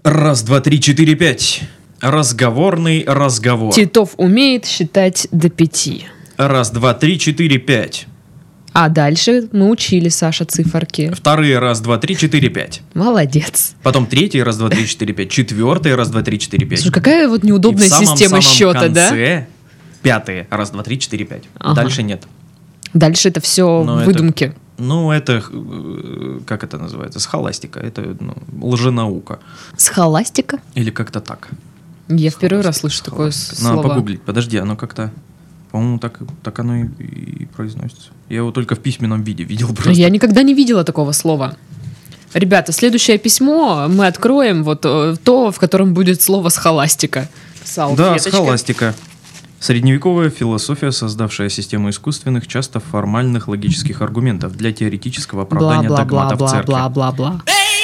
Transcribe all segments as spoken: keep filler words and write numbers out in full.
Раз, два, три, четыре, пять. Разговорный разговор. Титов умеет считать до пяти. Раз, два, три, четыре, пять. А дальше мы учили, Саша, циферки. Вторые раз, два, три, четыре, пять. Молодец. Потом третий раз, два, три, четыре, пять. Четвертый раз, два, три, четыре, пять. Слушай, какая вот неудобная И в самом, система самом счета, конце да? Пятые раз, два, три, четыре, пять. Ага. Дальше нет. Дальше это все Но выдумки. Это, ну, это, э, как это называется? Схоластика. Это ну, лженаука. Схоластика? Или как-то так. Я в первый раз слышу такое слово. Надо погуглить. Подожди, оно как-то... По-моему, так, так оно и, и произносится. Я его только в письменном виде видел просто. Я никогда не видела такого слова. Ребята, следующее письмо мы откроем вот э, то, в котором будет слово схоластика. Да, схоластика. Средневековая философия, создавшая систему искусственных, часто формальных логических аргументов для теоретического оправдания догматов церкви. Бла-бла-бла-бла-бла.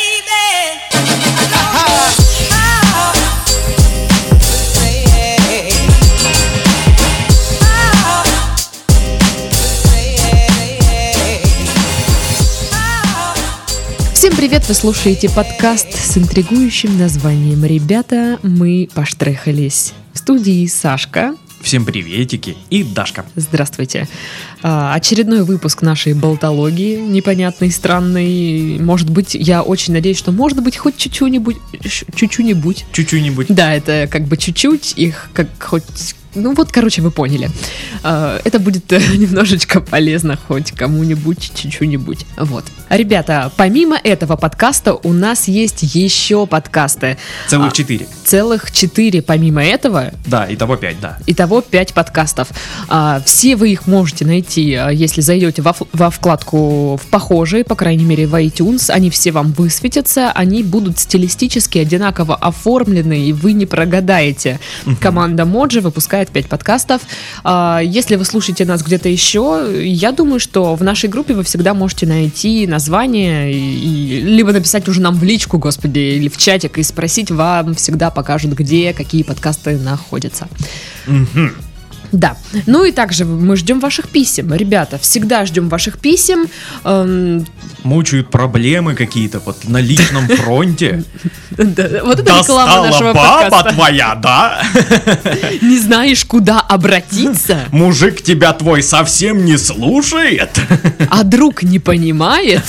Всем привет! Вы слушаете подкаст с интригующим названием «Ребята, мы поштрехались». В студии Сашка. Всем приветики и Дашка. Здравствуйте. А, очередной выпуск нашей болтологии, непонятной, странной. Может быть, я очень надеюсь, что может быть хоть чуть-чуть-нибудь. Чуть-чуть-нибудь. Чуть-чуть-нибудь. Да, это как бы чуть-чуть, их как хоть... Ну вот, короче, вы поняли. Это будет немножечко полезно хоть кому-нибудь, чуть-чуть-нибудь. Вот. Ребята, помимо этого подкаста у нас есть еще подкасты. Целых четыре. Целых четыре помимо этого. Да, итого пять, да. Итого пять подкастов. Все вы их можете найти, если зайдете во, во вкладку в похожие, по крайней мере в iTunes. Они все вам высветятся, они будут стилистически одинаково оформлены, и вы не прогадаете. Команда Моджи выпускает пять подкастов. Если вы слушаете нас где-то еще, я думаю, что в нашей группе вы всегда можете найти название, и, и, либо написать уже нам в личку, господи, или в чатик, и спросить, вам всегда покажут, где, какие подкасты находятся. Угу. Да. Ну и также мы ждем ваших писем. Ребята, всегда ждем ваших писем. Эм... Мучают проблемы какие-то вот на личном фронте. Вот это реклама нашего подкаста. Баба твоя, да? Не знаешь, куда обратиться? Мужик тебя твой совсем не слушает? А друг не понимает?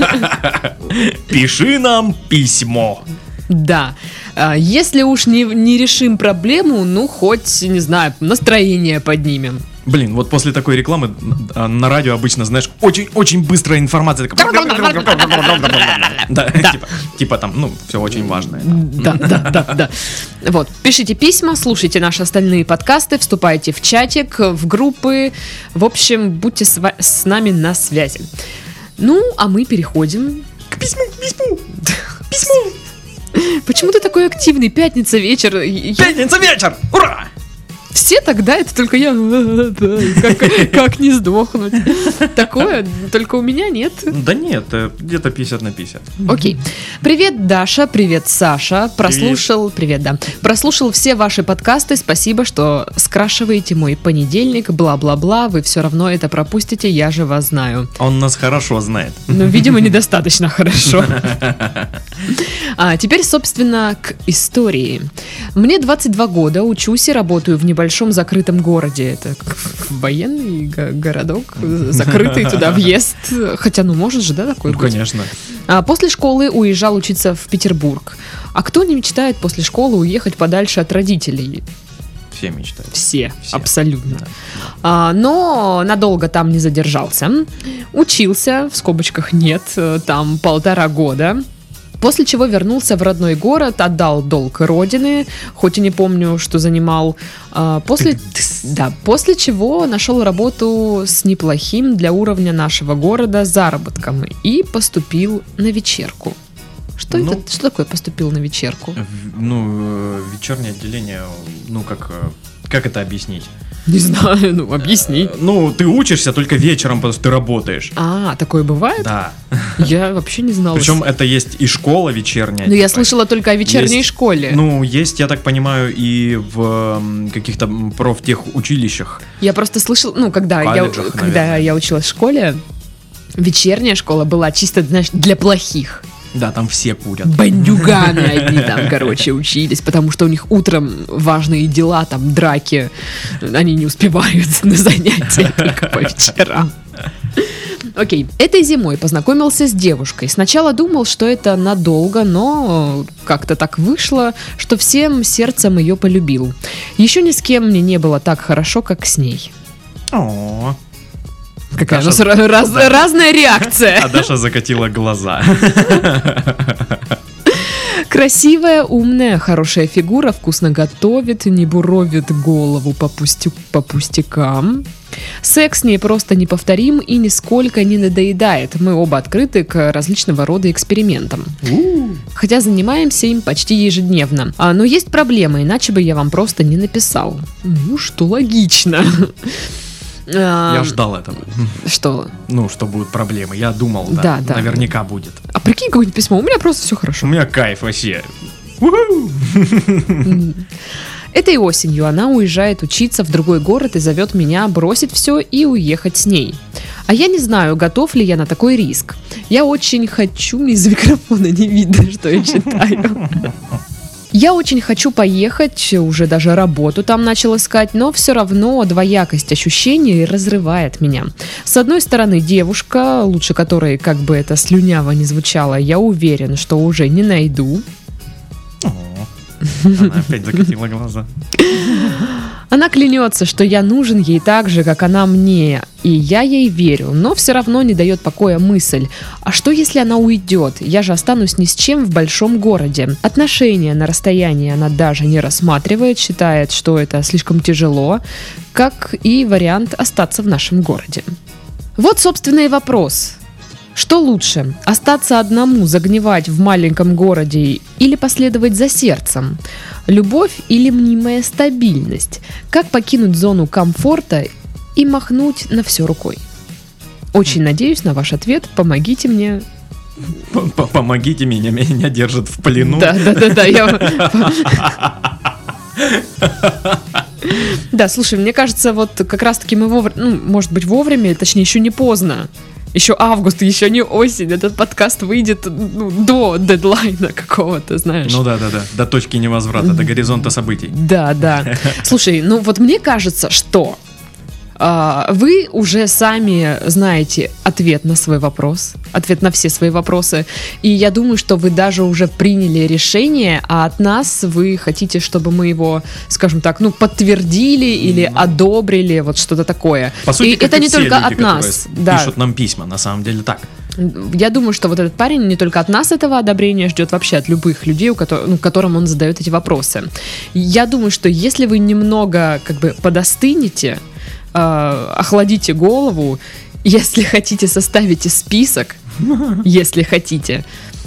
Пиши нам письмо. Да. Если уж не, не решим проблему, ну, хоть, не знаю, настроение поднимем. Блин, вот после такой рекламы на радио обычно, знаешь, очень-очень быстрая информация. Да, типа, типа там, ну, все очень важное. Да, да, да, да. Вот, пишите письма, слушайте наши остальные подкасты, вступайте в чатик, в группы. В общем, будьте с, с нами на связи. Ну, а мы переходим к письму, письму, письму. Почему ты такой активный? Пятница вечер. Пятница вечер! Ура! Все тогда, это только я. Как, как не сдохнуть? Такое, только у меня нет. Да нет, где-то пятьдесят на пятьдесят. Окей. Привет, Даша, привет, Саша. Прослушал, привет, да. Прослушал все ваши подкасты. Спасибо, что скрашиваете мой понедельник. Бла-бла-бла. Вы все равно это пропустите, я же вас знаю. Он нас хорошо знает. Ну, видимо, недостаточно хорошо. А теперь, собственно, к истории. Мне двадцать два года, учусь и работаю в небольшом В большом закрытом городе. Это военный го- городок, закрытый, туда въезд. Хотя, ну, может же, да, такой ну, быть? Конечно. А после школы уезжал учиться в Петербург. А кто не мечтает после школы уехать подальше от родителей? Все мечтают. Все, Все. абсолютно. Да. А, но надолго там не задержался. Учился, в скобочках нет, там полтора года. После чего вернулся в родной город, отдал долг родины, хоть и не помню, что занимал. А, после, да, после чего нашел работу с неплохим для уровня нашего города заработком и поступил на вечерку. Что, ну, это, что такое поступил на вечерку? В, ну, вечернее отделение, ну, как, как это объяснить? Не знаю, ну, объясни. Ну, ты учишься только вечером, потому что ты работаешь. А, такое бывает? Да. Я вообще не знала. Причем это есть и школа вечерняя. Ну, я слышала только о вечерней есть, школе. Ну, есть, я так понимаю, и в каких-то профтехучилищах. Я просто слышала, ну, когда, я, когда я училась в школе, вечерняя школа была чисто, знаешь, для плохих. Да, там все курят. Бандюганы одни там, короче, учились, потому что у них утром важные дела, там, драки. Они не успевают на занятия только по вечерам. Окей, этой зимой познакомился с девушкой. Сначала думал, что это надолго, но как-то так вышло, что всем сердцем ее полюбил. Еще ни с кем мне не было так хорошо, как с ней. О, какая Даша... у нас раз... да. разная реакция. А Даша закатила глаза. Красивая, умная, хорошая фигура, вкусно готовит, не буровит голову по, пустю... по пустякам. Секс с ней просто неповторим и нисколько не надоедает. Мы оба открыты к различного рода экспериментам. У-у-у. Хотя занимаемся им почти ежедневно. А, но есть проблема, иначе бы я вам просто не написал. Ну, что логично. Я ждал этого. Что? Ну, что будут проблемы. Я думал, да, да, да наверняка да. будет. А прикинь, какое-нибудь письмо. У меня просто все хорошо. У меня кайф вообще. Этой осенью она уезжает учиться в другой город и зовет меня бросить все и уехать с ней. А я не знаю, готов ли я на такой риск. Я очень хочу... Из микрофона не видно, что я читаю. Я очень хочу поехать, уже даже работу там начал искать, но все равно двоякость ощущений разрывает меня. С одной стороны, девушка, лучше которой, как бы это слюняво не звучало, я уверен, что уже не найду. Она опять закатила глаза. Она клянется, что я нужен ей так же, как она мне, и я ей верю, но все равно не дает покоя мысль: а что если она уйдет? Я же останусь ни с чем в большом городе. Отношения на расстоянии она даже не рассматривает, считает, что это слишком тяжело, как и вариант остаться в нашем городе. Вот, собственно, и вопрос. Что лучше, остаться одному, загнивать в маленьком городе или последовать за сердцем? Любовь или мнимая стабильность? Как покинуть зону комфорта и махнуть на все рукой? Очень надеюсь на ваш ответ. Помогите мне. Помогите мне, меня держат в плену. Да, да, да, да. Я... Да, слушай, мне кажется, вот как раз-таки мы вовремя, ну, может быть, вовремя, точнее, еще не поздно. Еще август, еще не осень. Этот подкаст выйдет, ну, до дедлайна какого-то, знаешь. Ну да, да, да. До точки невозврата, до горизонта событий. Да, да. Слушай, ну вот мне кажется, что а, вы уже сами знаете ответ на свой вопрос, ответ на все свои вопросы. И я думаю, что вы даже уже приняли решение, а от нас вы хотите, чтобы мы его, скажем так, ну, подтвердили или mm-hmm. одобрили, вот что-то такое. По сути, и как это и не все только люди, от нас. Да. Пишут нам письма, на самом деле так. Я думаю, что вот этот парень не только от нас этого одобрения ждет, вообще от любых людей, у которых, ну, которым он задает эти вопросы. Я думаю, что если вы немного как бы подостынете, э, охладите голову, если хотите, составите список, если хотите,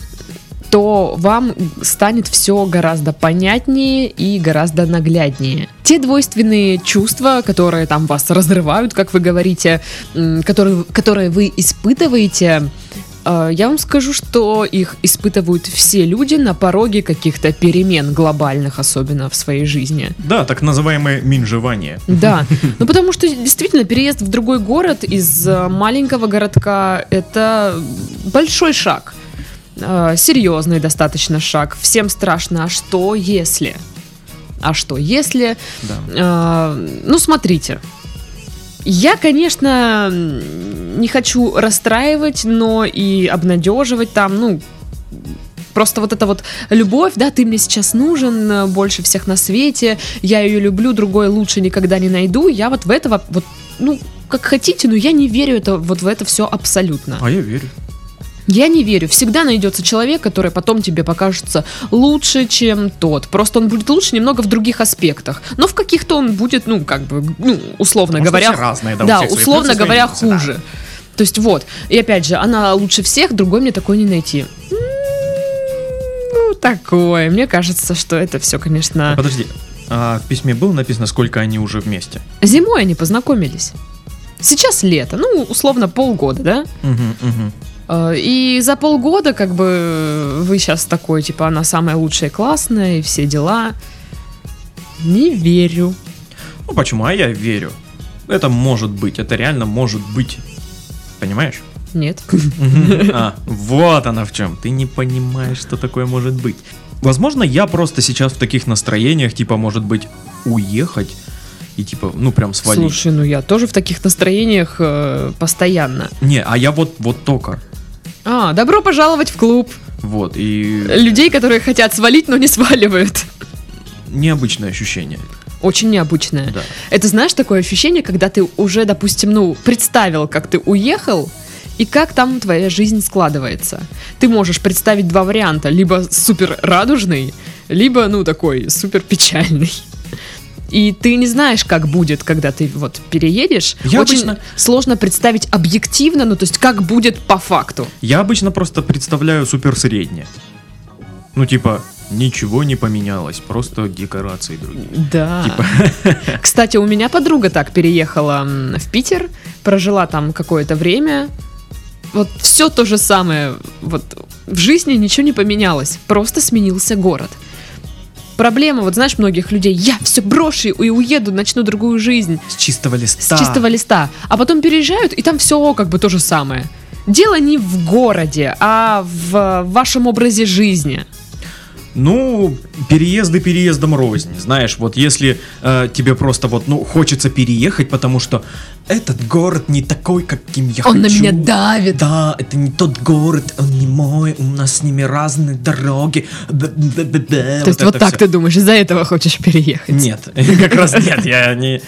то вам станет все гораздо понятнее и гораздо нагляднее. Те двойственные чувства, которые там вас разрывают, как вы говорите, которые, которые вы испытываете, я вам скажу, что их испытывают все люди на пороге каких-то перемен глобальных, особенно в своей жизни. Да, так называемое минжевание. Да, ну потому что действительно переезд в другой город из маленького городка — это большой шаг. Серьезный достаточно шаг. Всем страшно, а что если? А что если? Да. Э, ну, смотрите. Я, конечно, не хочу расстраивать, но и обнадеживать там, ну, просто вот эта вот любовь, да, ты мне сейчас нужен больше всех на свете, я ее люблю, другой лучше никогда не найду. Я вот в это, вот, ну, как хотите, но я не верю это, вот в это все абсолютно. А я верю. Я не верю. Всегда найдется человек, который потом тебе покажется лучше, чем тот. Просто он будет лучше немного в других аспектах. Но в каких-то он будет, ну, как бы, ну, условно Потому говоря... разные, да, да условно говоря, хуже. Да. То есть вот. И опять же, она лучше всех, другой мне такой не найти. Ну, такое. Мне кажется, что это все, конечно... Подожди. А в письме было написано, сколько они уже вместе? Зимой они познакомились. Сейчас лето. Ну, условно, полгода, да? Угу, угу. И за полгода, как бы, вы сейчас такой, типа, она самая лучшая, классная, и все дела. Не верю. Ну, почему? А я верю. Это может быть, это реально может быть. Понимаешь? Нет. А, вот она в чем. Ты не понимаешь, что такое может быть. Возможно, я просто сейчас в таких настроениях, типа, может быть, уехать и, типа, ну, прям свалить. Слушай, ну я тоже в таких настроениях э, постоянно. Не, а я вот, вот только. А, добро пожаловать в клуб. Вот, и... Людей, которые хотят свалить, но не сваливают. Необычное ощущение. Очень необычное. Да. Это, знаешь, такое ощущение, когда ты уже, допустим, ну, представил, как ты уехал, и как там твоя жизнь складывается. Ты можешь представить два варианта. Либо супер радужный, либо, ну, такой супер печальный. И ты не знаешь, как будет, когда ты вот переедешь. Я Очень обычно... сложно представить объективно, ну, то есть, как будет по факту. Я обычно просто представляю супер среднее. Ну, типа, ничего не поменялось, просто декорации другие. Да. Типа... Кстати, у меня подруга так переехала в Питер, прожила там какое-то время. Вот все то же самое. Вот в жизни ничего не поменялось, просто сменился город. Проблема, вот знаешь, многих людей: я все брошу и уеду, начну другую жизнь. С чистого листа. С чистого листа. А потом переезжают, и там все как бы то же самое. Дело не в городе, а в вашем образе жизни. Ну, переезды переездом рознь. Знаешь, вот если э, тебе просто вот, ну, хочется переехать, потому что этот город не такой, каким я Он хочу. на меня давит. Да, это не тот город, он не мой, у нас с ними разные дороги. То есть вот так ты думаешь, из-за этого хочешь переехать? Нет, как раз нет, я не...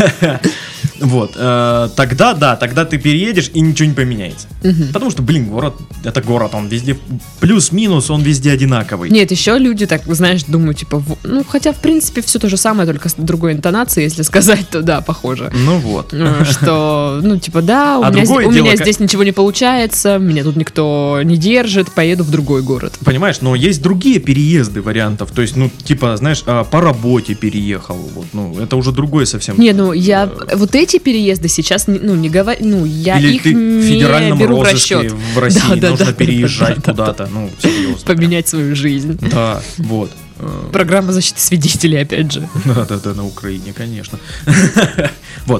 Вот, э, тогда, да, тогда ты переедешь и ничего не поменяется. Угу. Потому что, блин, город, это город, он везде, плюс-минус, он везде одинаковый. Нет, еще люди так, знаешь, думают, типа, в... ну, хотя, в принципе, все то же самое, только с другой интонацией, если сказать, то да, похоже. Ну вот. Что, ну, типа, да, у а меня, дело, у меня как... здесь ничего не получается, меня тут никто не держит, поеду в другой город. Понимаешь, но есть другие переезды вариантов, то есть, ну, типа, знаешь, по работе переехал, вот, ну, это уже другое совсем. Не, ну, я, вот эти переезды сейчас, ну, не говорю, ну, я Или их ты не в федеральном беру в розыске расчет. в России Да, да, нужно да, переезжать да, да, куда-то, да. ну, серьезно. Поменять свою жизнь. Да, вот. Программа защиты свидетелей, опять же. Да-да-да, на Украине, конечно. Вот.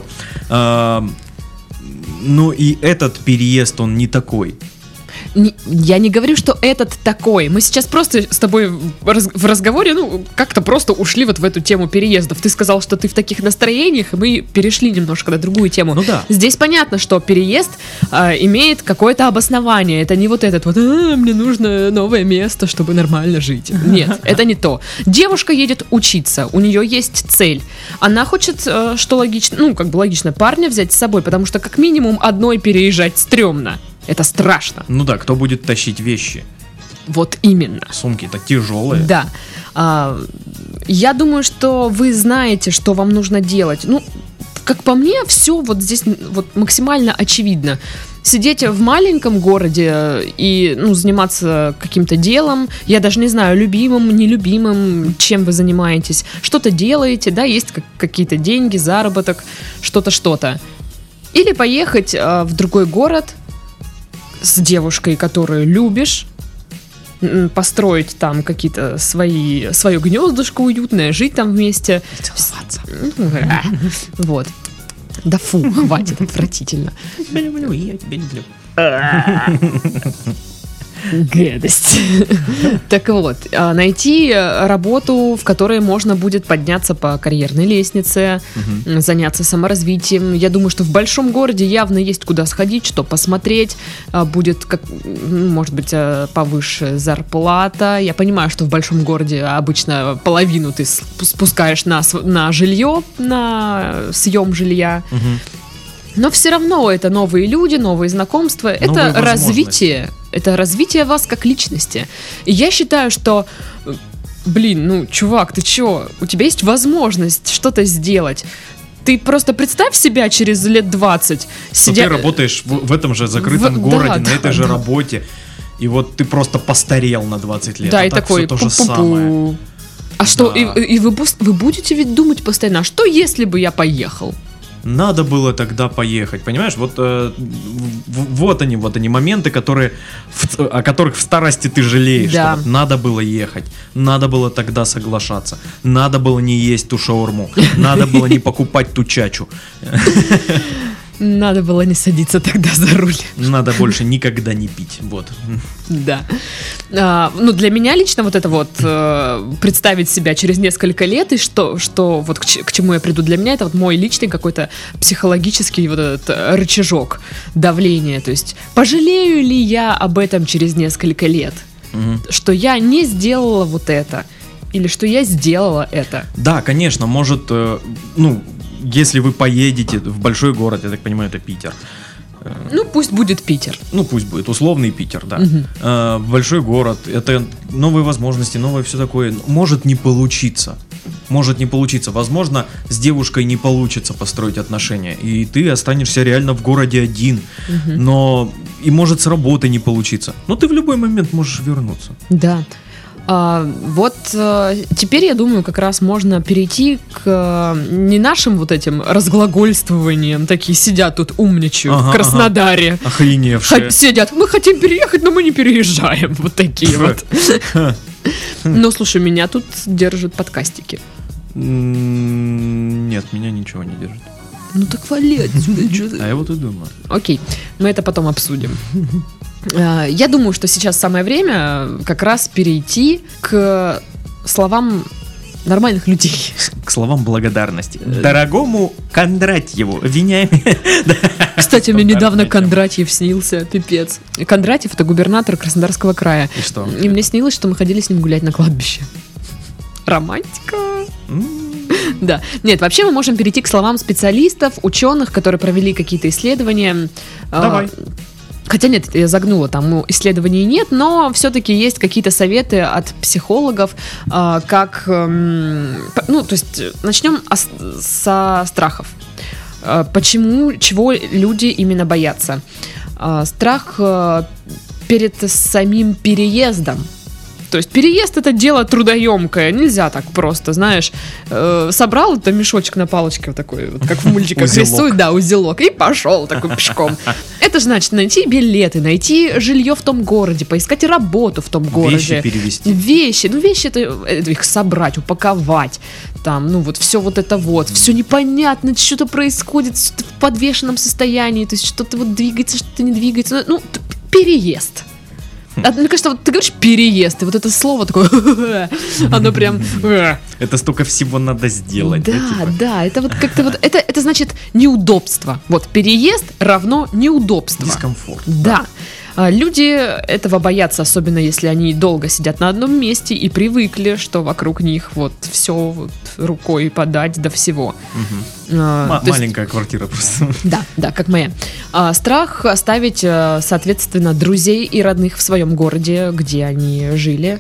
Ну и этот переезд, он не такой. Не, я не говорю, что этот такой. Мы сейчас просто с тобой в, раз, в разговоре, ну, как-то просто ушли вот в эту тему переездов. Ты сказал, что ты в таких настроениях, и мы перешли немножко на другую тему. Ну да. Здесь понятно, что переезд а, имеет какое-то обоснование. Это не вот этот вот, а, мне нужно новое место, чтобы нормально жить. Нет, это не то. Девушка едет учиться, у нее есть цель. Она хочет, что логично, ну, как бы логично, парня взять с собой, потому что как минимум одной переезжать стрёмно. Это страшно. Ну да, кто будет тащить вещи? Вот именно. Сумки-то тяжелые. Да. А, я думаю, что вы знаете, что вам нужно делать. Ну, как по мне, все вот здесь вот максимально очевидно. Сидеть в маленьком городе и, ну, заниматься каким-то делом, я даже не знаю, любимым, нелюбимым, чем вы занимаетесь. Что-то делаете, да, есть как- какие-то деньги, заработок, что-то, что-то. Или поехать а, в другой город с девушкой, которую любишь, построить там какие-то свои, свое гнездышко уютное, жить там вместе. Целоваться. Вот. Да фу, хватит, отвратительно. Я люблю, я тебя люблю. Гадость. Так вот, найти работу, в которой можно будет подняться по карьерной лестнице, угу. заняться саморазвитием. Я думаю, что в большом городе явно есть куда сходить, что посмотреть. Будет, как, может быть, повыше зарплата. Я понимаю, что в большом городе обычно половину ты спускаешь на, на жилье, на съем жилья. Угу. Но все равно это новые люди, новые знакомства, новые это развитие, это развитие вас как личности. И я считаю, что, блин, ну, чувак, ты чё, у тебя есть возможность что-то сделать. Ты просто представь себя через лет двадцать. Сидя... Ты работаешь в, в этом же закрытом в... городе, да, на да, этой да. же работе, и вот ты просто постарел на двадцать лет. Да, а и так такой, все то же самое. А да. что, и, и вы, вы будете ведь думать постоянно, а что если бы я поехал? Надо было тогда поехать, понимаешь? Вот, э, вот они, вот они моменты, которые, в, о которых в старости ты жалеешь. Да. Что вот надо было ехать, надо было тогда соглашаться, надо было не есть ту шаурму, надо было не покупать ту чачу. Надо было не садиться тогда за руль. Надо больше никогда не пить, вот. Да. А, ну, для меня лично вот это вот э, представить себя через несколько лет и что, что вот к, ч- к чему я приду, для меня это вот мой личный какой-то психологический вот этот рычажок давления. То есть пожалею ли я об этом через несколько лет? Угу. Что я не сделала вот это. Или что я сделала это. Да, конечно, может, э, ну... Если вы поедете в большой город, я так понимаю, это Питер. Ну, пусть будет Питер. Ну, пусть будет, условный Питер, да. Угу. А, большой город, это новые возможности, новое все такое. Может не получиться. Может не получиться. Возможно, с девушкой не получится построить отношения. И ты останешься реально в городе один. Угу. Но и может с работы не получиться. Но ты в любой момент можешь вернуться. Да. А, вот а, теперь, я думаю, как раз можно перейти к а, не нашим вот этим разглагольствованиям, такие сидят тут умничают ага, в Краснодаре. Ага. Охреневшие. Х- сидят, мы хотим переехать, но мы не переезжаем. Вот такие вот. Но слушай, меня тут держат подкастики. Нет, меня ничего не держит. Ну так вали отсюда. А я вот и думаю. Окей, мы это потом обсудим. Я думаю, что сейчас самое время как раз перейти к словам нормальных людей. К словам благодарности. Дорогому Кондратьеву, Вениамину. Кстати, мне недавно Кондратьев снился, пипец. Кондратьев — это губернатор Краснодарского края. И что? И мне снилось, что мы ходили с ним гулять на кладбище. Романтика. Да. Нет, вообще мы можем перейти к словам специалистов, ученых, которые провели какие-то исследования. Давай. Хотя нет, я загнула, там исследований нет, но все-таки есть какие-то советы от психологов, э, как, э, ну, то есть начнем ос- со страхов. Э, почему, чего люди именно боятся? Э, страх э, перед самим переездом. То есть переезд — это дело трудоемкое, нельзя так просто, знаешь, э, собрал это мешочек на палочке вот такой, вот как в мультиках рисуют, да, узелок, и пошел такой пешком. Это же значит найти билеты, найти жилье в том городе, поискать работу в том городе. Вещи перевезти. Вещи, ну вещи — это, это их собрать, упаковать, там, ну вот все вот это вот, все непонятно, что-то происходит, что-то в подвешенном состоянии, то есть что-то вот двигается, что-то не двигается, ну, переезд. А, мне кажется, вот ты говоришь переезд, и вот это слово такое, оно прям... Это столько всего надо сделать. Да, да, типа? Да, это вот как-то вот, это, это значит неудобство. Вот переезд равно неудобство. Дискомфорт. Да. да. Люди этого боятся, особенно если они долго сидят на одном месте и привыкли, что вокруг них вот все вот рукой подать до всего. Угу. А, М- маленькая есть, квартира просто. Да, да, как моя. А, страх оставить, соответственно, друзей и родных в своем городе, где они жили.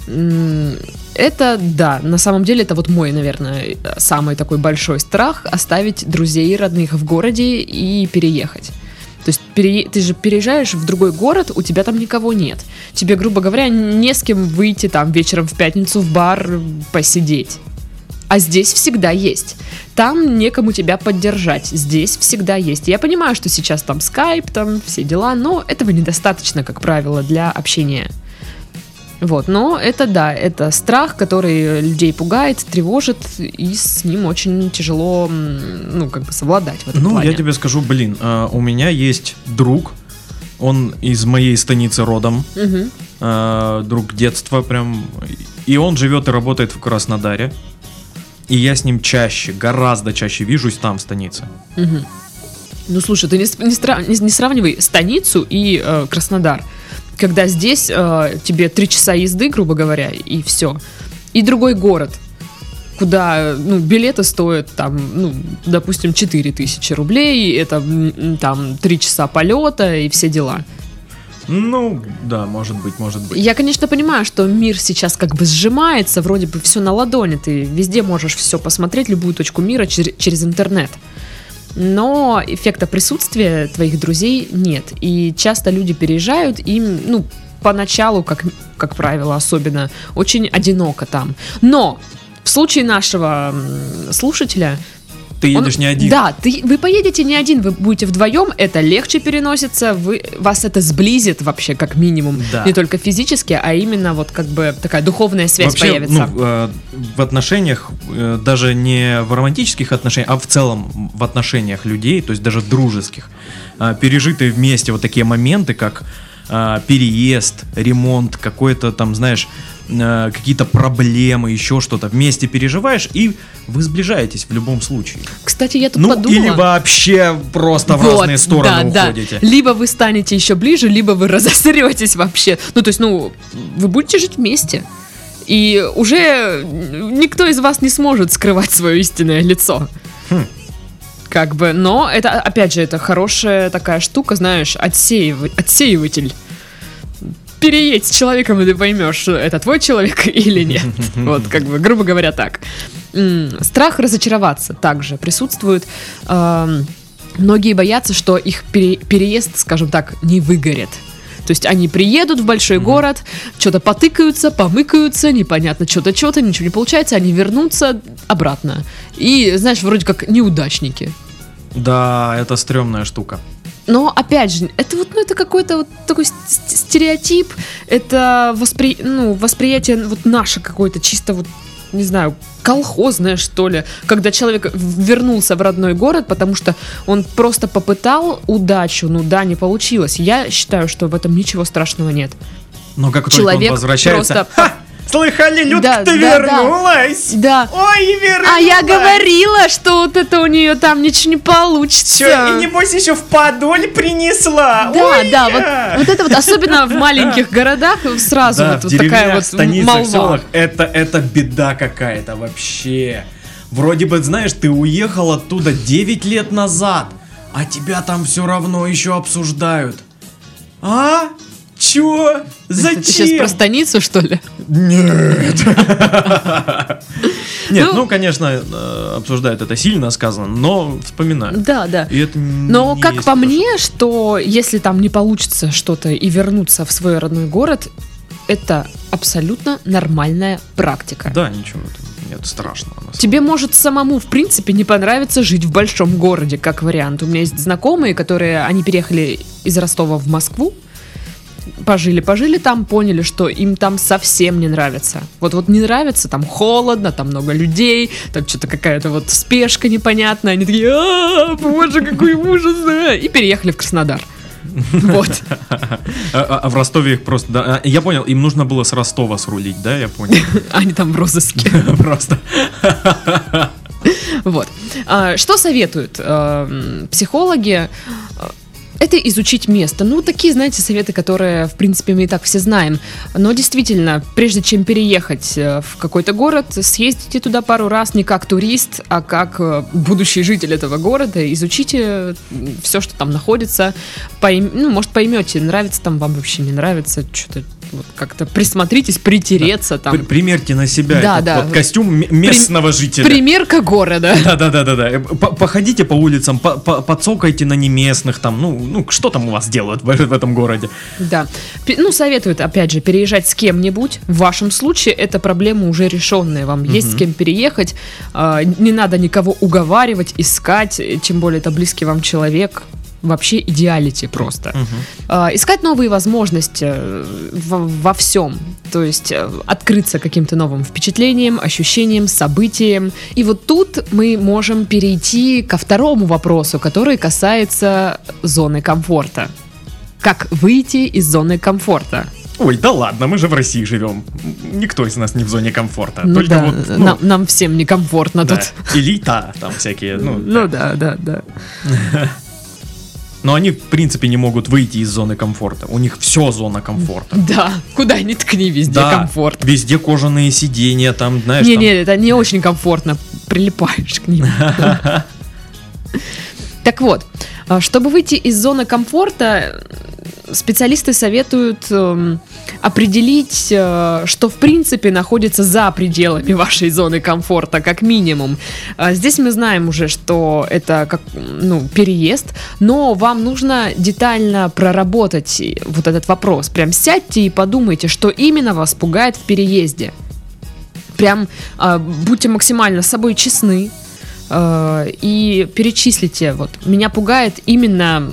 Это, да, на самом деле это вот мой, наверное, самый такой большой страх — оставить друзей и родных в городе и переехать. То есть пере... ты же переезжаешь в другой город, у тебя там никого нет. Тебе, грубо говоря, не с кем выйти там вечером в пятницу в бар посидеть. А здесь всегда есть. Там некому тебя поддержать. Здесь всегда есть. Я понимаю, что сейчас там скайп, там все дела, но этого недостаточно, как правило, для общения. Вот, но это да, это страх, который людей пугает, тревожит, и с ним очень тяжело, ну, как бы совладать в этом ну, плане. Ну, я тебе скажу, блин, uh, у меня есть друг, он из моей станицы родом, угу. uh, друг детства прям, и он живет и работает в Краснодаре, и я с ним чаще, гораздо чаще вижусь там, в станице. Угу. Ну, слушай, ты не, не, срав, не, не сравнивай станицу и э, Краснодар. Когда здесь э, тебе три часа езды, грубо говоря, и все. И другой город, куда, ну, билеты стоят, там, ну, допустим, четыре тысячи рублей, это там три часа полета и все дела. Ну, да, может быть, может быть. Я, конечно, понимаю, что мир сейчас как бы сжимается, вроде бы все на ладони, ты везде можешь все посмотреть, любую точку мира через, через интернет. Но эффекта присутствия твоих друзей нет. И часто люди переезжают, им, ну, поначалу, как, как правило, особенно, очень одиноко там. Но в случае нашего слушателя Ты едешь Он, не один. Да, ты, вы поедете не один, вы будете вдвоем, это легче переносится, вы, вас это сблизит вообще как минимум. Да. Не только физически, а именно вот как бы такая духовная связь Вообще, появится. ну, э, в отношениях, э, даже не в романтических отношениях, а в целом в отношениях людей, то есть даже дружеских, э, пережитые вместе вот такие моменты, как э, переезд, ремонт, какой-то там, знаешь, э, какие-то проблемы, еще что-то, вместе переживаешь, и вы сближаетесь в любом случае. Кстати, я тут Ну, подумала. или вообще просто в Вот, разные стороны да, уходите. Да. Либо вы станете еще ближе, либо вы разосретесь вообще. Ну, то есть, ну, вы будете жить вместе. И уже никто из вас не сможет скрывать свое истинное лицо. Хм. Как бы, но это, опять же, это хорошая такая штука, знаешь, отсеиватель. отсеиватель. Переедь с человеком, и ты поймешь, это твой человек или нет. Вот, как бы, грубо говоря, так. Страх разочароваться также присутствует. Многие боятся, что их переезд, скажем так, не выгорит. То есть они приедут в большой mm-hmm. город, что-то потыкаются, помыкаются, непонятно, что-то, что-то, ничего не получается, они вернутся обратно. И, знаешь, вроде как неудачники. Да, это стрёмная штука. Но, опять же, это вот, ну, это какой-то вот такой стереотип, это воспри... ну, восприятие вот наше какое-то чисто вот, не знаю, колхозное, что ли, когда человек вернулся в родной город, потому что он просто попытал удачу, ну да, не получилось. Я считаю, что в этом ничего страшного нет. Но как только Человек он возвращается... просто... Ха! Слыхали, Людка, Да, ты да, вернулась? Да. Ой, вернулась! А я говорила, что вот это у нее там ничего не получится. Чё, и небось еще в подоль принесла? Да, Ой, да, я. вот, вот это вот, особенно в маленьких городах, сразу Да, вот, в вот такая деревнях, вот станицах, молва. селах, это, это беда какая-то вообще. Вроде бы, знаешь, ты уехал оттуда девять лет назад, а тебя там все равно еще обсуждают. А? Чё? Зачем? Ты сейчас про станицу, что ли? Нет. Нет, Ну- ну, конечно, э, обсуждают это сильно сказано, но вспоминаю. Да, да. И это Но не как есть по хорошо. мне, что если там не получится что-то и вернуться в свой родной город, это абсолютно нормальная практика. Да, ничего в этом нет страшного. на самом Тебе может самому, в принципе, не понравиться жить в большом городе, как вариант. У меня есть знакомые, которые, они переехали из Ростова в Москву, пожили, пожили там, поняли, что им там совсем не нравится. Вот, вот не нравится, там холодно, там много людей, там что-то какая-то вот спешка непонятная. Они такие, а, боже, какой ужас, да!» И переехали в Краснодар. Вот. А, а- а в Ростове их просто... да, а, я понял, им нужно было с Ростова срулить, да, я понял. Они там в розыске. Просто. Вот. А, Что советуют э, психологи? Это изучить место. Ну, такие, знаете, советы, которые, в принципе, мы и так все знаем. Но действительно, прежде чем переехать э, в какой-то город, съездите туда пару раз не как турист, а как э, будущий житель этого города. Изучите все, что там находится. Пойм... Ну, может, поймете, нравится там вам вообще, не нравится. Что-то вот как-то присмотритесь, притереться там. При- Примерьте на себя Да, этот да. вот костюм м- местного жителя. Примерка города. Да-да-да-да. Походите по улицам, по- по- подсокайте на неместных там, ну, ну, что там у вас делают в, в этом городе? Да. Пе- Ну, советуют, опять же, переезжать с кем-нибудь. В вашем случае это проблема уже решенная. Вам есть с кем переехать. а, Не надо никого уговаривать, искать. э, Тем более это близкий вам человек. Вообще идеалити просто. А, Искать новые возможности э, во, во всем. То есть э, открыться каким-то новым впечатлениям, ощущениям, событиям. И вот тут мы можем перейти ко второму вопросу, который касается зоны комфорта. Как выйти из зоны комфорта? Ой, да ладно, мы же в России живем. Никто из нас не в зоне комфорта. Ну Только да, вот, ну, нам, нам всем некомфортно да, тут. элита там всякие, ну, Ну да, да, да. но они в принципе не могут выйти из зоны комфорта. У них все зона комфорта. Да, куда ни ткни, везде Да, комфорт. везде кожаные сиденья, там, знаешь, там- Не-не, это не очень комфортно. Прилипаешь к ним. Так вот, а, чтобы выйти из зоны комфорта, специалисты советуют эм, определить, э, что в принципе находится за пределами вашей зоны комфорта, как минимум. А Здесь мы знаем уже, что это как, ну, переезд, но вам нужно детально проработать вот этот вопрос. Прям сядьте и подумайте, что именно вас пугает в переезде. Прям а, будьте максимально с собой честны. э, и перечислите, вот, меня пугает именно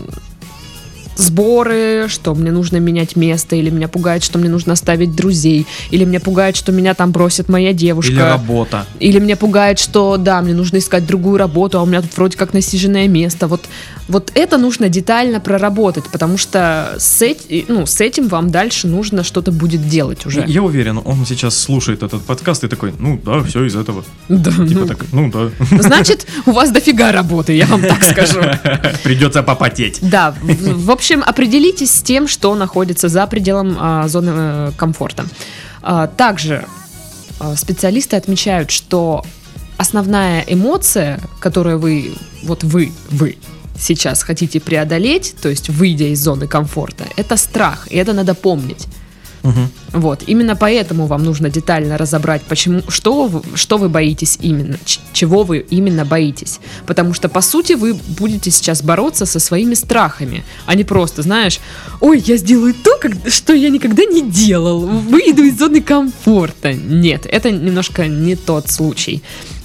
сборы, что мне нужно менять место, или меня пугает, что мне нужно оставить друзей, или меня пугает, что меня там бросит моя девушка. Или работа. Или меня пугает, что, да, мне нужно искать другую работу, а у меня тут вроде как насиженное место. Вот, вот это нужно детально проработать, потому что с, эти, ну, с этим вам дальше нужно что-то будет делать уже. Я уверен, он сейчас слушает этот подкаст и такой, ну да, все из этого. Да, Типа ну, так, ну да. значит, у вас дофига работы, я вам так скажу. Придется попотеть. Да, в, в общем, определитесь с тем, что находится за пределом а, зоны а, комфорта. А, также а, специалисты отмечают, что основная эмоция, которую вы, вот вы, вы сейчас хотите преодолеть, то есть выйдя из зоны комфорта, это страх, и это надо помнить. Угу. Вот, именно поэтому вам нужно детально разобрать, почему, что, вы- что вы боитесь именно, ч- чего вы именно боитесь. Потому что, по сути, вы будете сейчас бороться со своими страхами, а не просто, знаешь, ой, я сделаю то, как- что я никогда не делал, выйду из зоны комфорта. Нет, это немножко не тот случай.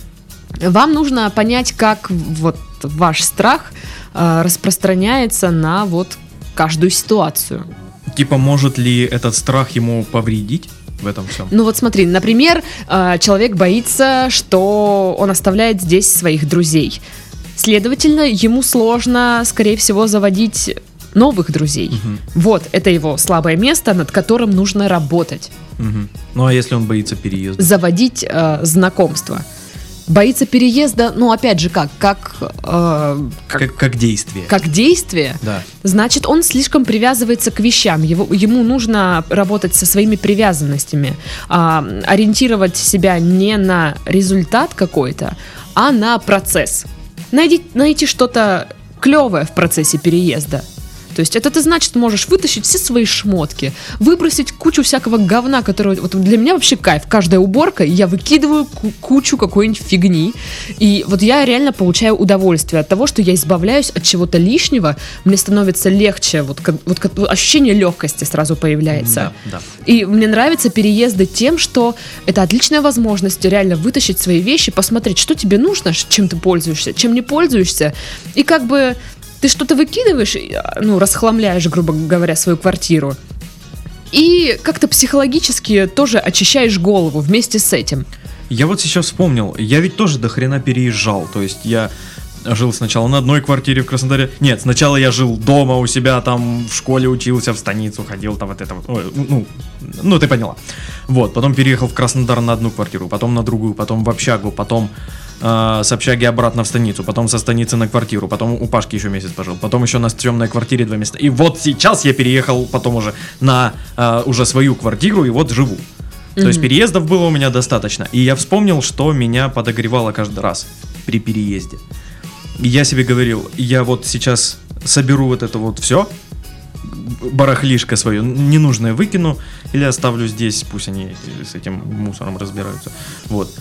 Вам нужно понять, как вот ваш страх э, распространяется на вот каждую ситуацию. Типа, может ли этот страх ему повредить в этом всем? Ну вот смотри, например, э, человек боится, что он оставляет здесь своих друзей. Следовательно, ему сложно, скорее всего, заводить новых друзей. Мгм. Вот, это его слабое место, над которым нужно работать. Мгм. Ну а если он боится переезда? Заводить э, знакомства. Боится переезда, ну опять же как? Как, э, как, Как, как действие. как действие. Да. Значит, он слишком привязывается к вещам. Его, ему нужно работать со своими привязанностями, а, ориентировать себя не на результат какой-то, а на процесс. Найди, найти что-то клевое в процессе переезда. То есть это ты, значит, можешь вытащить все свои шмотки, выбросить кучу всякого говна, которое... Вот для меня вообще кайф. Каждая уборка, и я выкидываю ку- кучу какой-нибудь фигни. И вот я реально получаю удовольствие от того, что я избавляюсь от чего-то лишнего. Мне становится легче. Вот, как- вот как- ощущение легкости сразу появляется. Да, да. И мне нравятся переезды тем, что это отличная возможность реально вытащить свои вещи, посмотреть, что тебе нужно, ш- чем ты пользуешься, чем не пользуешься. И как бы ты что-то выкидываешь, и, а, ну, расхламляешь, грубо говоря, свою квартиру. И как-то психологически тоже очищаешь голову вместе с этим. Я вот сейчас вспомнил, я ведь тоже до хрена переезжал. То есть я жил сначала на одной квартире в Краснодаре. Нет, сначала я жил дома у себя, там в школе учился, в станицу ходил, там вот это вот. Ой, ну, ну, ты поняла. Вот, потом переехал в Краснодар на одну квартиру, потом на другую, потом в общагу, потом э, с общаги обратно в станицу, потом со станицы на квартиру, потом у Пашки еще месяц пожил, потом еще на съемной квартире два месяца. И вот сейчас я переехал потом уже на э, уже свою квартиру и вот живу. То есть переездов было у меня достаточно. И я вспомнил, что меня подогревало каждый раз при переезде. И я себе говорил, я вот сейчас соберу вот это вот все, барахлишко свое, ненужное выкину или оставлю здесь, пусть они с этим мусором разбираются. Вот.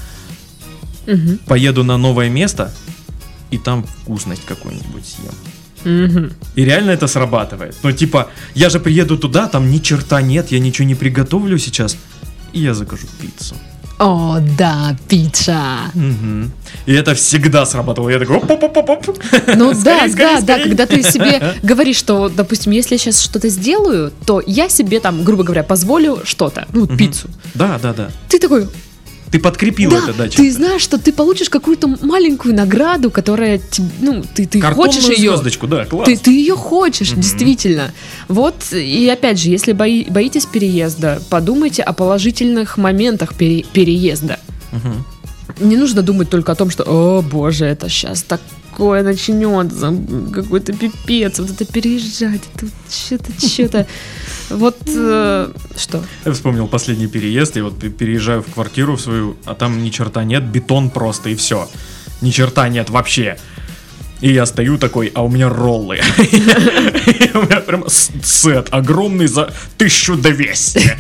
Мгм. Поеду на новое место и там вкусность какую-нибудь съем. Мгм. И реально это срабатывает. Ну, типа, я же приеду туда, там ни черта нет, я ничего не приготовлю сейчас, и я закажу пиццу. О, да, пицца. Мгм. И это всегда срабатывало. Я такой, оп-оп-оп-оп. Ну Скорей, да, скорей, да, да, скорей. когда ты себе говоришь, что, допустим, если я сейчас что-то сделаю, то я себе там, грубо говоря, позволю что-то, ну, Мгм. пиццу. Да, да, да. Ты такой, Ты подкрепил да, это, да, ты чем-то. знаешь, что ты получишь какую-то маленькую награду, которая, тебе- ну, ты, ты Картонную хочешь ее. звездочку, да, класс. Ты, ты ее хочешь, Мгм. действительно. Вот, и опять же, если бои- боитесь переезда, подумайте о положительных моментах пере- переезда. Мгм. Не нужно думать только о том, что, о боже, это сейчас такое начнется, какой-то пипец, вот это переезжать, тут что-то, что-то. Вот, э, что? Я вспомнил последний переезд, я вот пе- переезжаю в квартиру в свою, а там ни черта нет, бетон просто и все. Ни черта нет вообще. И я стою такой, а у меня роллы. И у меня прям с- сет огромный за тысячу двести.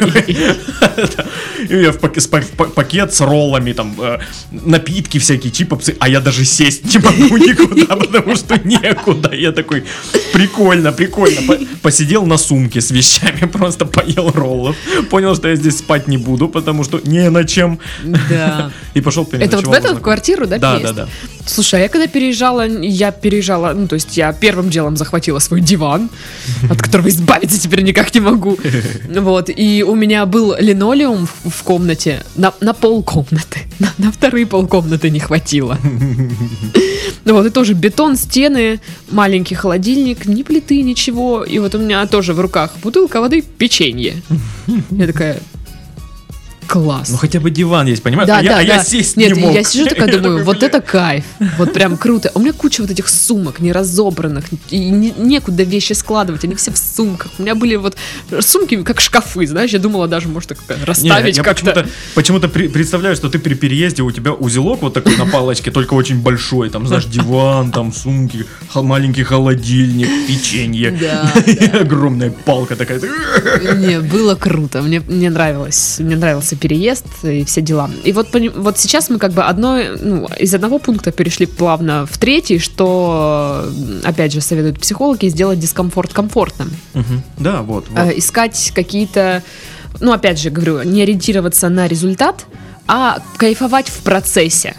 И я в пак- с пак- пак- пакет с роллами, там, э, напитки всякие, чипсы, а я даже сесть не могу никуда, потому что некуда. Я такой, прикольно, прикольно. По- Посидел на сумке с вещами, просто поел роллов. Понял, что я здесь спать не буду, потому что не на чем. Да. И пошел переночевал. Это вот в у эту знакомых. квартиру, да, Да, переезд? да, да. Слушай, а я когда переезжала, я переезжала, ну, то есть я первым делом захватила свой диван, от которого избавиться теперь никак не могу. Вот, и у меня был линолеум в, в комнате, на, на полкомнаты, на, на вторые полкомнаты не хватило. Вот, и тоже бетон, стены, маленький холодильник, ни плиты, ничего. И вот у меня тоже в руках бутылка воды, печенье. Я такая... Класс. Ну хотя бы диван есть, понимаешь? Да, а да, я, да. а я сесть Нет, не мог. я сижу такая, Я думаю, такой, вот бля. это кайф. Вот прям круто. У меня куча вот этих сумок неразобранных. И не- некуда вещи складывать, они все в сумках. У меня были вот сумки как шкафы, знаешь, я думала даже, может, так Не, расставить я как-то. почему-то, почему-то при- представляю, что ты при переезде, у тебя узелок вот такой на палочке, только очень большой, там, знаешь, диван, там, сумки, хо- маленький холодильник, печенье, Да, и огромная палка такая. Не, было круто. Мне, мне нравилось. Мне нравился переезд и все дела. И вот, пони- вот сейчас мы как бы одно, ну, из одного пункта перешли плавно в третий, что, опять же, советуют психологи, сделать дискомфорт комфортным. Мгм. Да, вот. вот. Э, искать какие-то, ну, опять же, говорю, не ориентироваться на результат, а кайфовать в процессе.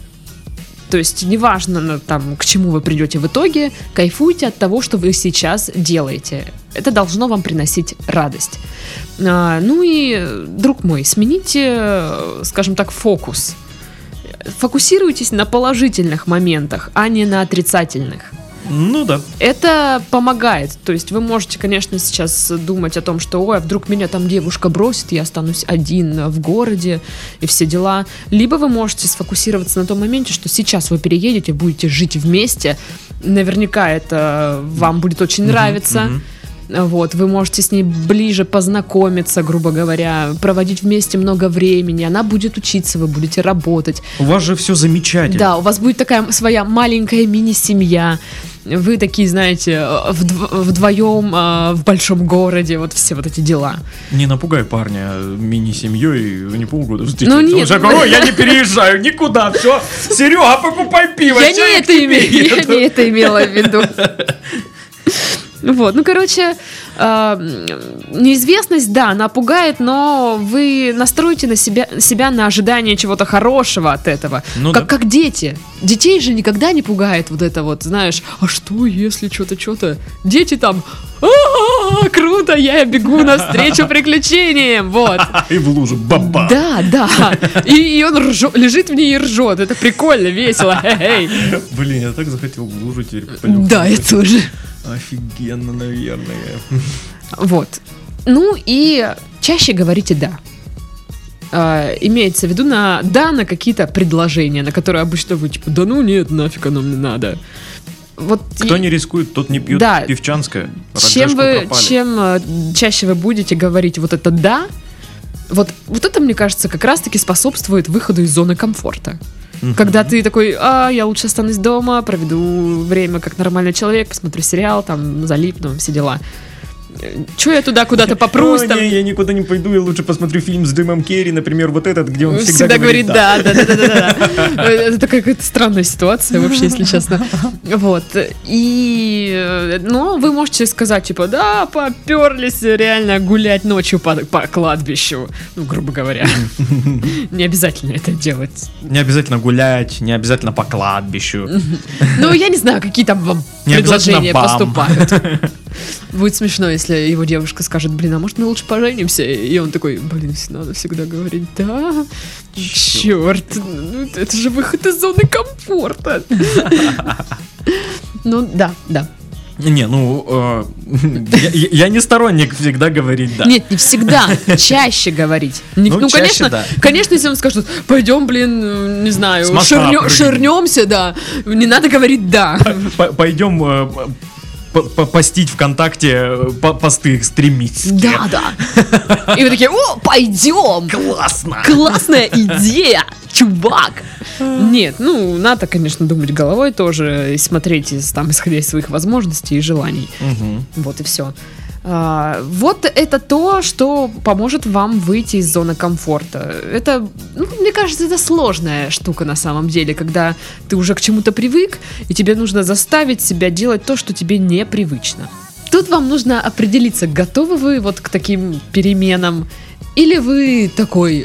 То есть неважно, ну, там, к чему вы придете в итоге, кайфуйте от того, что вы сейчас делаете. Это должно вам приносить радость. А, ну и, друг мой, смените, э, скажем так, фокус. Фокусируйтесь на положительных моментах, а не на отрицательных. Ну да. Это помогает. То есть вы можете, конечно, сейчас думать о том, что ой, а вдруг меня там девушка бросит, я останусь один в городе и все дела. Либо вы можете сфокусироваться на том моменте, что сейчас вы переедете, будете жить вместе. Наверняка это вам будет очень Мгм, нравиться. мгм. Вот, вы можете с ней ближе познакомиться, грубо говоря, проводить вместе много времени. Она будет учиться, вы будете работать. У вас же все замечательно. Да, у вас будет такая своя маленькая мини-семья. Вы такие, знаете, вдв- вдвоем э, в большом городе, вот все вот эти дела. Не напугай парня мини-семьей, не полгода Ну, нет. Он же говорит, «Ой, я не переезжаю никуда, все, Серега, покупай пиво. Я чё не я это к тебе име- я еду?» не это имела в виду. Вот, ну, короче, э, неизвестность, да, она пугает, но вы настроите на себя, себя на ожидание чего-то хорошего от этого. Ну как, да. как дети. Детей же никогда не пугает вот это вот, знаешь, а что если что-то, что-то? Дети там, «А-а-а, круто, я бегу навстречу приключениям, вот. И в лужу, баба. Да, да, и, и он ржё- лежит в ней и ржет, это прикольно, весело, хе-хей. Блин, я так захотел в лужу теперь плюхнуть. Да, я тоже. Офигенно, наверное. Вот. Ну и чаще говорите «да». А, имеется в виду на «да» на какие-то предложения, на которые обычно вы типа «да ну нет, нафиг оно мне надо». Вот Кто и- не рискует, тот не пьет Да. пивчанское. чем Раджашку вы, пропали. чем э, чаще вы будете говорить вот это «да», вот, вот это, мне кажется, как раз-таки способствует выходу из зоны комфорта. Мгм. Когда ты такой, а, я лучше останусь дома, проведу время как нормальный человек, посмотрю сериал, там, залипну, все дела. Че я туда куда-то попрусь, О, там, не, я никуда не пойду, я лучше посмотрю фильм с Джимом Керри, например, вот этот, где он всегда, всегда говорит «да», да, да, да, да, да. Это такая какая-то странная ситуация вообще, если честно. Вот. И, э, ну, вы можете сказать, типа, да, поперлись реально гулять ночью по, по кладбищу, ну, грубо говоря. Не обязательно это делать. Не обязательно гулять, не обязательно по кладбищу. Ну, я не знаю, какие там вам Не обязательно предложения бам. поступают. Будет смешно, если его девушка скажет, блин, а может мы лучше поженимся? И он такой, блин, надо всегда говорить, да, черт, ну, это же выход из зоны комфорта. Ну, да, да. Не, ну, э, я, я- я не сторонник всегда говорить «да». Нет, не всегда, чаще говорить. Не- Ну, Ну, чаще конечно, да. конечно, если он скажет, пойдем, блин, не знаю, С моста ширнё- прыгнем. ширнемся, да, не надо говорить «да». П- Пойдем э, п- п- постить ВКонтакте э, по- посты экстремистские. Да, да. И вы такие, о, пойдем. Классно! Классная идея, чувак. Нет, ну, надо, конечно, думать головой тоже и смотреть, из- там, исходя из своих возможностей и желаний. Мгм. Вот и все. Вот это то, что поможет вам выйти из зоны комфорта. Это, ну, мне кажется, это сложная штука на самом деле, когда ты уже к чему-то привык, и тебе нужно заставить себя делать то, что тебе непривычно. Тут вам нужно определиться, готовы вы вот к таким переменам, или вы такой,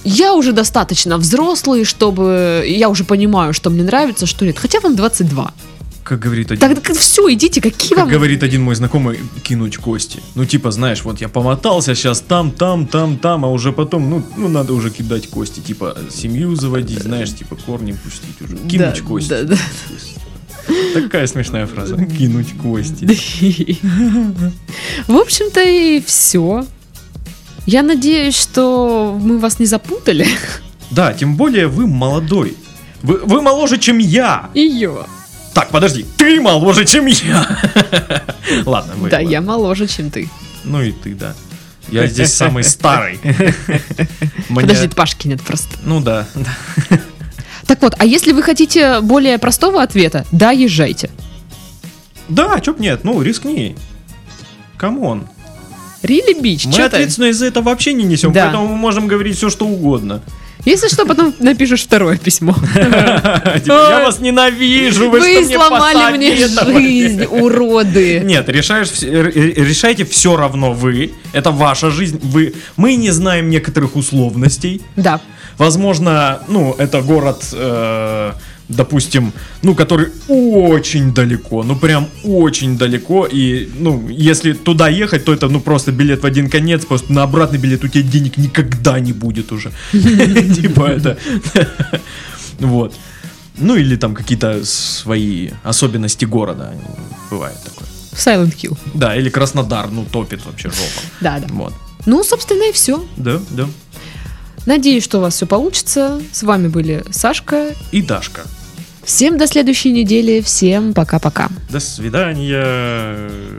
я уже достаточно взрослый, чтобы... Я уже понимаю, что мне нравится, что нет. Хотя вам двадцать два. Как говорит один... Так все, идите, какие Как вам... говорит один мой знакомый, кинуть кости. Ну, типа, знаешь, вот я помотался сейчас там, там, там, там, а уже потом, ну, ну надо уже кидать кости. Типа, семью заводить, знаешь, типа, корни пустить уже. Кинуть Да, кости. да, да. Такая смешная фраза. Кинуть кости. В общем-то и все. Я надеюсь, что мы вас не запутали. Да, тем более вы молодой. Вы, вы моложе, чем я. Ее. Так, подожди, ты моложе, чем я. Ладно, вы. Да, ладно. я моложе, чем ты. Ну и ты, да. Я здесь самый старый. Мне- Подожди, Пашки нет просто. Ну да, да. Так вот, а если вы хотите более простого ответа, да, езжайте. Да, чё б нет, ну рискни. Камон. Рили Бич, Мы что ты? ответственность за это вообще не несем, Да. поэтому мы можем говорить все, что угодно. Если что, потом напишешь второе письмо. Типа, я вас ненавижу, вы, Вы что сломали мне посоветовали? жизнь, уроды. Нет, решаешь, вс- р- р- решайте все равно вы. Это ваша жизнь. Вы, мы не знаем некоторых условностей. Да. Возможно, ну, это город, э, допустим, ну, который очень далеко, ну, прям очень далеко. И, ну, если туда ехать, то это, ну, просто билет в один конец. Просто на обратный билет у тебя денег никогда не будет уже. Типа это. Вот. Ну, или там какие-то свои особенности города. Бывает такое. Silent Hill. Да, или Краснодар, ну, топит вообще жопа. Да, да. Вот. Ну, собственно, и все. Да, да. Надеюсь, что у вас все получится. С вами были Сашка. И Дашка. Всем до следующей недели. Всем пока-пока. До свидания.